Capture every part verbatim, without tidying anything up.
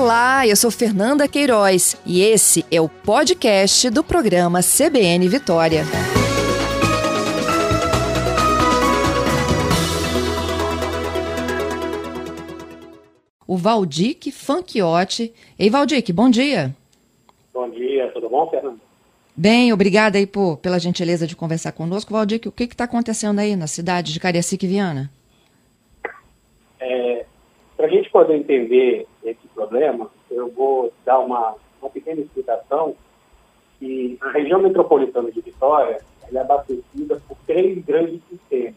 Olá, eu sou Fernanda Queiroz e esse é o podcast do programa C B N Vitória. O Valdic Fanchiotti. Ei, Valdic, bom dia. Bom dia, tudo bom, Fernanda? Bem, obrigada aí por, pela gentileza de conversar conosco. Valdic, o que está acontecendo aí na cidade de Cariacica e Viana? É, Para a gente poder entender esse problema, eu vou dar uma, uma pequena explicação que a região metropolitana de Vitória ela é abastecida por três grandes sistemas.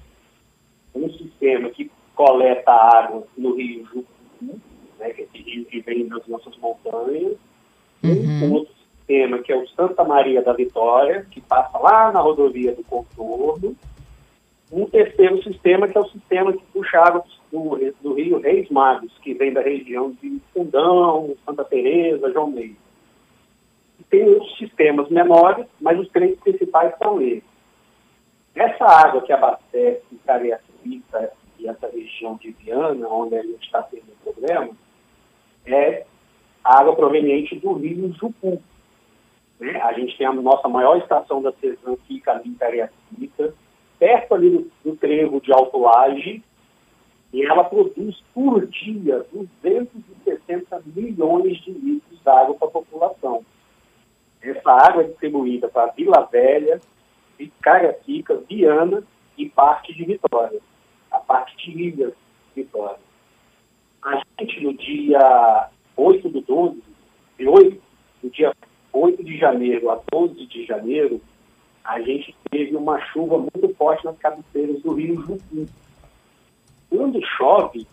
Um sistema que coleta água no rio Jucu, né, que é esse rio que vem das nossas montanhas. Uhum. Um outro sistema que é o Santa Maria da Vitória, que passa lá na rodovia do Contorno. Um terceiro sistema, que é o sistema que puxa água do, do rio Reis Magos, que vem da região de Fundão, Santa Teresa, João Meire. E tem outros sistemas menores, mas os três principais são eles. Essa água que abastece Cariacica e essa região de Viana, onde a gente está tendo um problema, é água proveniente do rio Jucu. Né? A gente tem a nossa maior estação da Cesan, fica ali em Cariacica, perto ali do, do trevo de Alto Laje, e ela produz por dia duzentos e sessenta milhões de litros de água para a população. Essa água é distribuída para Vila Velha, Cariacica, Viana e parte de Vitória, a parte de Ilhas Vitória. A gente, no dia oito do doze, de oito, no dia oito de janeiro a doze de janeiro, a gente teve uma chuva muito forte nas cabeceiras do rio Jucu. Quando chove,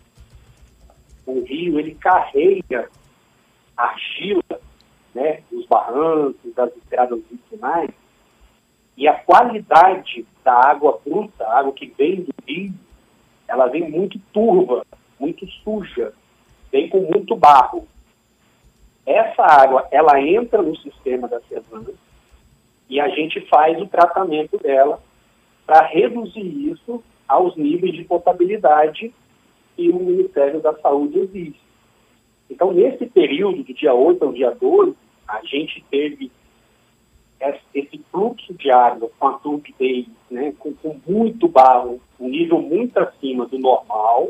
o rio ele carrega argila, né, dos barrancos, das estradas vicinais, e a qualidade da água bruta, a água que vem do rio, ela vem muito turva, muito suja, vem com muito barro. Essa água, ela entra no sistema da Cesan e a gente faz o tratamento dela para reduzir isso aos níveis de potabilidade que o Ministério da Saúde exige. Então, nesse período, do dia oito ao dia doze, a gente teve esse fluxo de água com a turbidez, né, com, com muito barro, um nível muito acima do normal.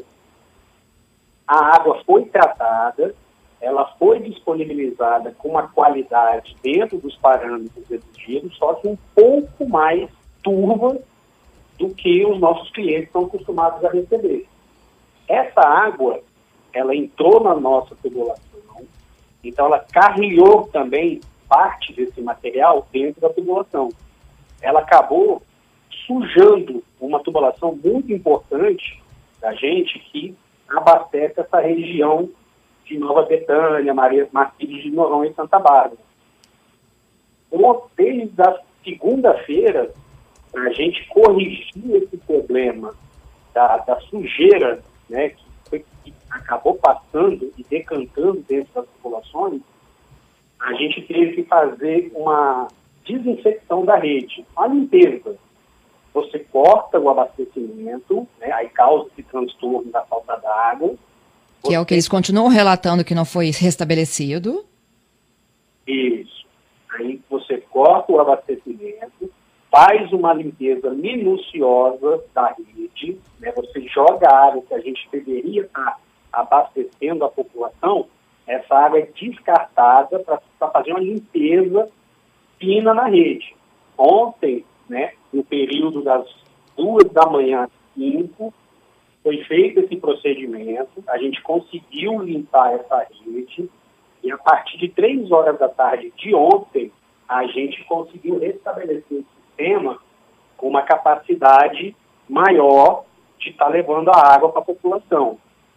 A água foi tratada, ela foi disponibilizada com uma qualidade dentro dos parâmetros exigidos, só que um pouco mais turva do que os nossos clientes estão acostumados a receber. Essa água, ela entrou na nossa tubulação, então ela carregou também parte desse material dentro da tubulação. Ela acabou sujando uma tubulação muito importante da gente que abastece essa região de Nova Betânia, Maria Martins de Noronha e Santa Bárbara. Então, desde a segunda-feira, a gente corrigir esse problema da, da sujeira, né, que, foi, que acabou passando e decantando dentro das populações, a gente teve que fazer uma desinfecção da rede, uma limpeza. Você corta o abastecimento, né, aí causa esse transtorno da falta d'água. Que é o que eles continuam relatando que não foi restabelecido. Isso. Aí você corta o abastecimento, faz uma limpeza minuciosa da rede, né? Você joga a água que a gente deveria estar abastecendo a população, essa água é descartada para fazer uma limpeza fina na rede. Ontem, né, no período das duas da manhã às cinco, foi feito esse procedimento, a gente conseguiu limpar essa rede e a partir de três horas da tarde de ontem, a gente conseguiu restabelecer o sistema com uma capacidade maior de estar tá levando a água para a população.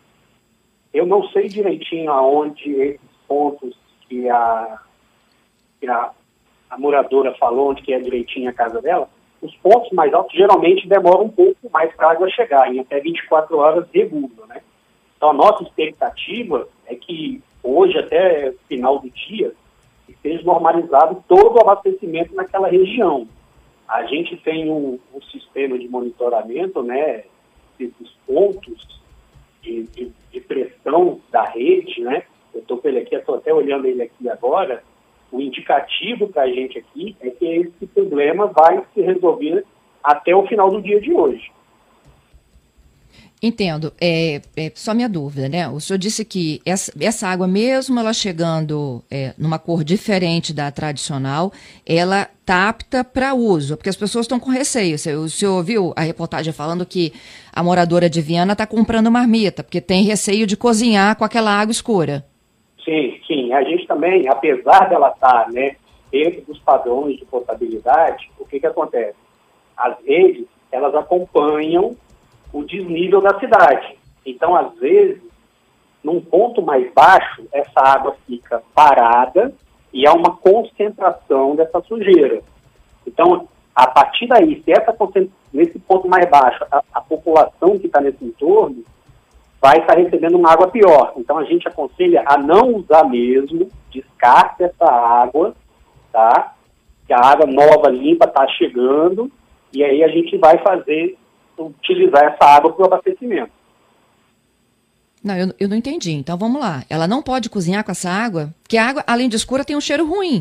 Eu não sei direitinho aonde esses pontos que a, que a, a moradora falou, onde que é direitinho a casa dela, os pontos mais altos geralmente demoram um pouco mais para a água chegar, em até vinte e quatro horas regulam, né? Então a nossa expectativa é que hoje, até final do dia, esteja normalizado todo o abastecimento naquela região. A gente tem um, um sistema de monitoramento, né, desses pontos de, de, de pressão da rede, né? estou com ele aqui, estou até olhando ele aqui agora, o indicativo para a gente aqui é que esse problema vai se resolver até o final do dia de hoje. Entendo. É, é só minha dúvida, né? O senhor disse que essa, essa água, mesmo ela chegando é, numa cor diferente da tradicional, ela está apta para uso, porque as pessoas estão com receio. O senhor viu a reportagem falando que a moradora de Viana está comprando marmita, porque tem receio de cozinhar com aquela água escura. Sim, sim. A gente também, apesar dela estar, né, dentro dos padrões de potabilidade, o que que acontece? As redes, elas acompanham o desnível da cidade. Então, às vezes, num ponto mais baixo, essa água fica parada e há uma concentração dessa sujeira. Então, a partir daí, se essa nesse ponto mais baixo, a, a população que está nesse entorno vai estar recebendo uma água pior. Então, a gente aconselha a não usar mesmo, descarte essa água, tá? Que a água nova, limpa, está chegando, e aí a gente vai fazer utilizar essa água para o abastecimento. Não, eu, eu não entendi. Então vamos lá. Ela não pode cozinhar com essa água? Porque a água, além de escura, tem um cheiro ruim.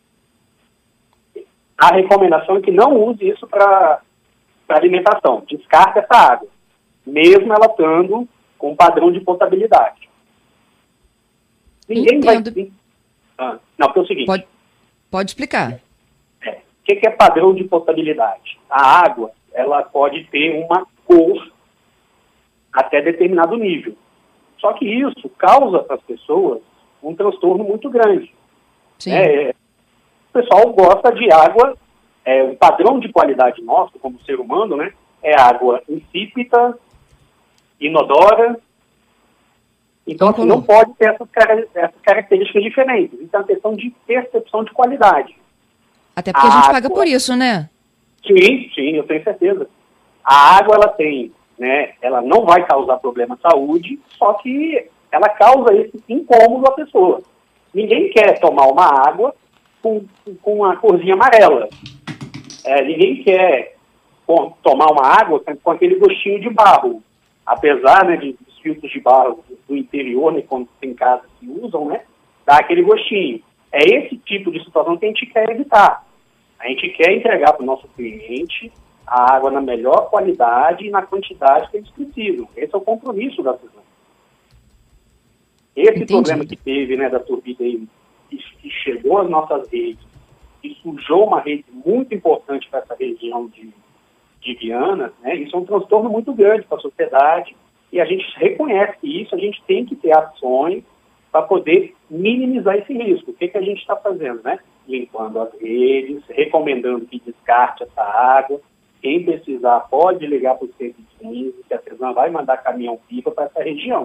A recomendação é que não use isso para alimentação. Descarte essa água, mesmo ela estando com um padrão de potabilidade. Ninguém Entendo. vai... Ah, não, porque é o seguinte... Pode, pode explicar. É, o que, que é padrão de potabilidade? A água, ela pode ter uma cor até determinado nível. Só que isso causa para as pessoas um transtorno muito grande. Sim. É, o pessoal gosta de água, é, o padrão de qualidade nosso, como ser humano, né, é água insípida, inodora. Então, assim, não pode ter essas, essas características diferentes. Isso é uma questão de percepção de qualidade. Até porque a, a gente água... paga por isso, né? Sim, sim, eu tenho certeza. A água, ela tem, né, ela não vai causar problema à saúde, só que ela causa esse incômodo à pessoa. Ninguém quer tomar uma água com, com uma corzinha amarela. É, ninguém quer com, tomar uma água com, com aquele gostinho de barro. Apesar, né, de, dos filtros de barro do interior, né, quando tem casas que usam, né, dá aquele gostinho. É esse tipo de situação que a gente quer evitar. A gente quer entregar para o nosso cliente a água na melhor qualidade e na quantidade que eles precisam. Esse é o compromisso da Suzano. Esse Entendi. Problema que teve, né, da turbina aí, que chegou às nossas redes e sujou uma rede muito importante para essa região de, de Viana, né, isso é um transtorno muito grande para a sociedade e a gente reconhece isso, a gente tem que ter ações para poder minimizar esse risco. O que, que a gente está fazendo, né? Limpando as redes, recomendando que descarte essa água. Quem precisar pode ligar para o cento e quinze, que a Suzano vai mandar caminhão-pipa para essa região.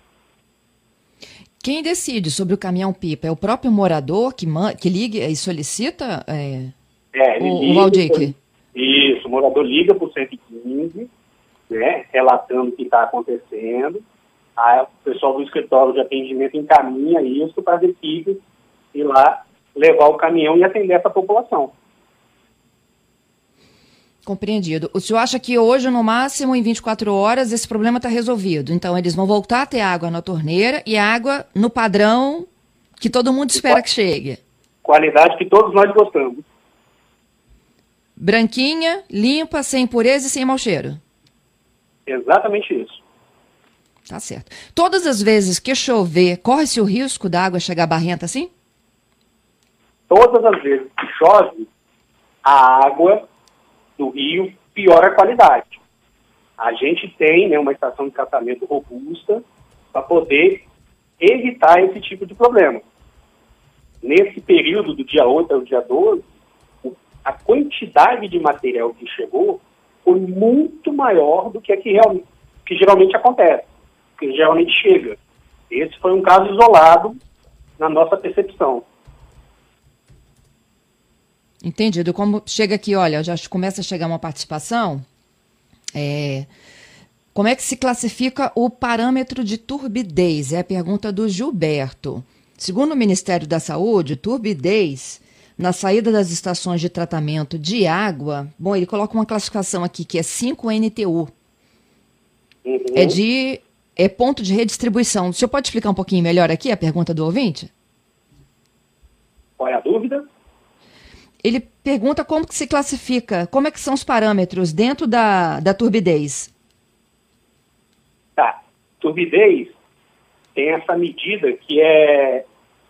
Quem decide sobre o caminhão-pipa? É o próprio morador que, man, que liga e solicita é, é, ele o, liga, o Valdir? Isso, o morador liga para o cento e quinze, né, relatando o que está acontecendo. Aí o pessoal do escritório de atendimento encaminha isso para as equipes ir lá levar o caminhão e atender essa população. Compreendido. O senhor acha que hoje, no máximo, em vinte e quatro horas, esse problema está resolvido? Então, eles vão voltar a ter água na torneira e água no padrão que todo mundo espera que chegue? Qualidade que todos nós gostamos. Branquinha, limpa, sem impureza e sem mau cheiro. Exatamente isso. Tá certo. Todas as vezes que chover, corre-se o risco da água chegar barrenta assim? Todas as vezes que chove, a água do rio piora a qualidade. A gente tem, né, uma estação de tratamento robusta para poder evitar esse tipo de problema. Nesse período do dia oito ao dia doze, a quantidade de material que chegou foi muito maior do que a que, real, que geralmente acontece, que geralmente chega. Esse foi um caso isolado na nossa percepção. Entendido. Como chega aqui, olha, já começa a chegar uma participação. É, como é que se classifica o parâmetro de turbidez? É a pergunta do Gilberto. Segundo o Ministério da Saúde, turbidez na saída das estações de tratamento de água, bom, ele coloca uma classificação aqui que é cinco N T U. Uhum. É de é ponto de redistribuição. O senhor pode explicar um pouquinho melhor aqui a pergunta do ouvinte? Qual é a dúvida? Ele pergunta como que se classifica, como é que são os parâmetros dentro da, da turbidez. Tá, turbidez tem essa medida que é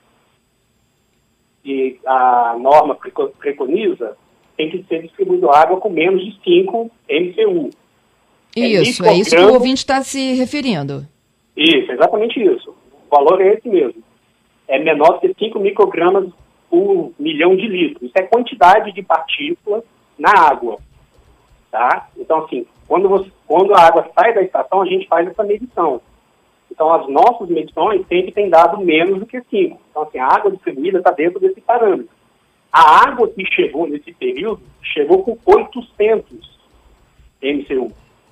que a norma preconiza, tem que ser distribuída água com menos de cinco M C U. Isso, é, é isso que o ouvinte está se referindo. Isso, exatamente isso. O valor é esse mesmo. É menor que cinco microgramas por milhão de litros. Isso é quantidade de partículas na água. Tá? Então, assim, quando, você, quando a água sai da estação, a gente faz essa medição. Então, as nossas medições sempre têm dado menos do que cinco. Então, assim, a água distribuída está dentro desse parâmetro. A água que chegou nesse período, chegou com oitocentos M C U.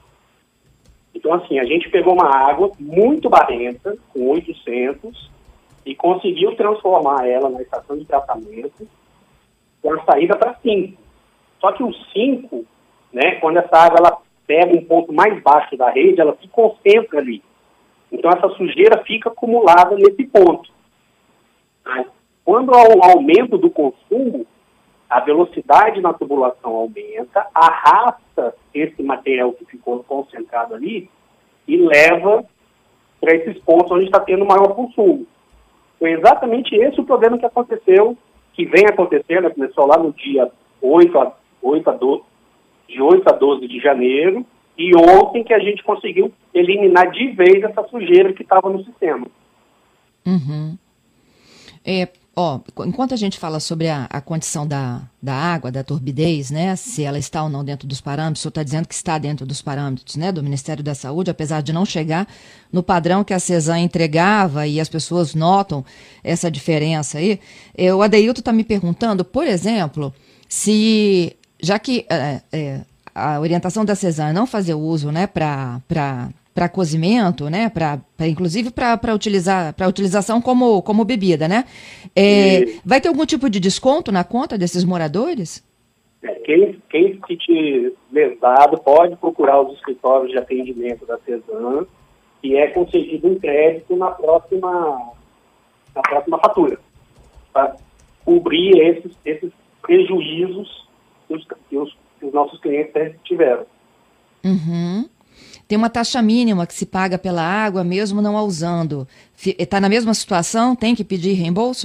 Então, assim, a gente pegou uma água muito barrenta, com oitocentos, e conseguiu transformar ela na estação de tratamento com a saída para cinco. Só que o cinco, né, quando essa água ela pega um ponto mais baixo da rede, ela se concentra ali. Então, essa sujeira fica acumulada nesse ponto. Quando há um aumento do consumo, a velocidade na tubulação aumenta, arrasta esse material que ficou concentrado ali e leva para esses pontos onde está tendo maior consumo. Foi exatamente esse o problema que aconteceu, que vem acontecendo, começou lá no dia oito a doze, de oito a doze de janeiro, e ontem que a gente conseguiu eliminar de vez essa sujeira que estava no sistema. Uhum. É, ó, enquanto a gente fala sobre a, a condição da, da água, da turbidez, né, se ela está ou não dentro dos parâmetros, o senhor está dizendo que está dentro dos parâmetros, né, do Ministério da Saúde, apesar de não chegar no padrão que a CESAM entregava e as pessoas notam essa diferença aí. É, o Adeilton está me perguntando, por exemplo, se, já que é, é, a orientação da CESAM é não fazer uso, né, para para cozimento, né, para inclusive para utilizar para utilização como, como bebida, né? É, vai ter algum tipo de desconto na conta desses moradores? É, quem quem se sentir lesado pode procurar os escritórios de atendimento da CESAM e é concedido um crédito na próxima na próxima fatura para cobrir esses esses prejuízos que os, que os, que os nossos clientes tiveram. Uhum. Tem uma taxa mínima que se paga pela água, mesmo não a usando. Está na mesma situação? Tem que pedir reembolso?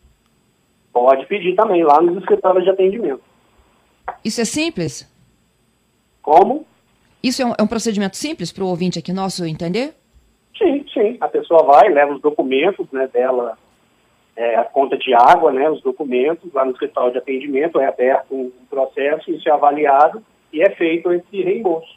Pode pedir também, lá nos escritórios de atendimento. Isso é simples? Como? Isso é um, é um procedimento simples para o ouvinte aqui nosso entender? Sim, sim. A pessoa vai, leva os documentos, né, dela, é, a conta de água, né, os documentos, lá no escritório de atendimento, é aberto um processo, isso é avaliado e é feito esse reembolso.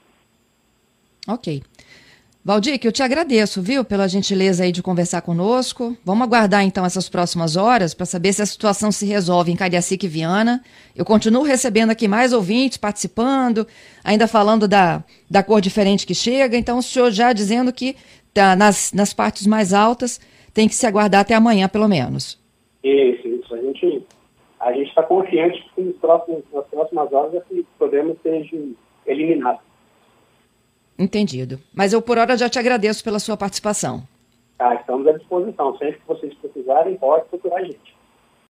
Ok. Valdir, que eu te agradeço, viu, pela gentileza aí de conversar conosco. Vamos aguardar, então, essas próximas horas para saber se a situação se resolve em Cariacica e Viana. Eu continuo recebendo aqui mais ouvintes participando, ainda falando da, da cor diferente que chega. Então, o senhor já dizendo que tá nas, nas partes mais altas tem que se aguardar até amanhã, pelo menos. Isso, isso. A gente a gente está confiante que nos próximos, nas próximas horas esse problema seja eliminado. Entendido. Mas eu, por hora, já te agradeço pela sua participação. Tá, estamos à disposição. Sempre que vocês precisarem, pode procurar a gente.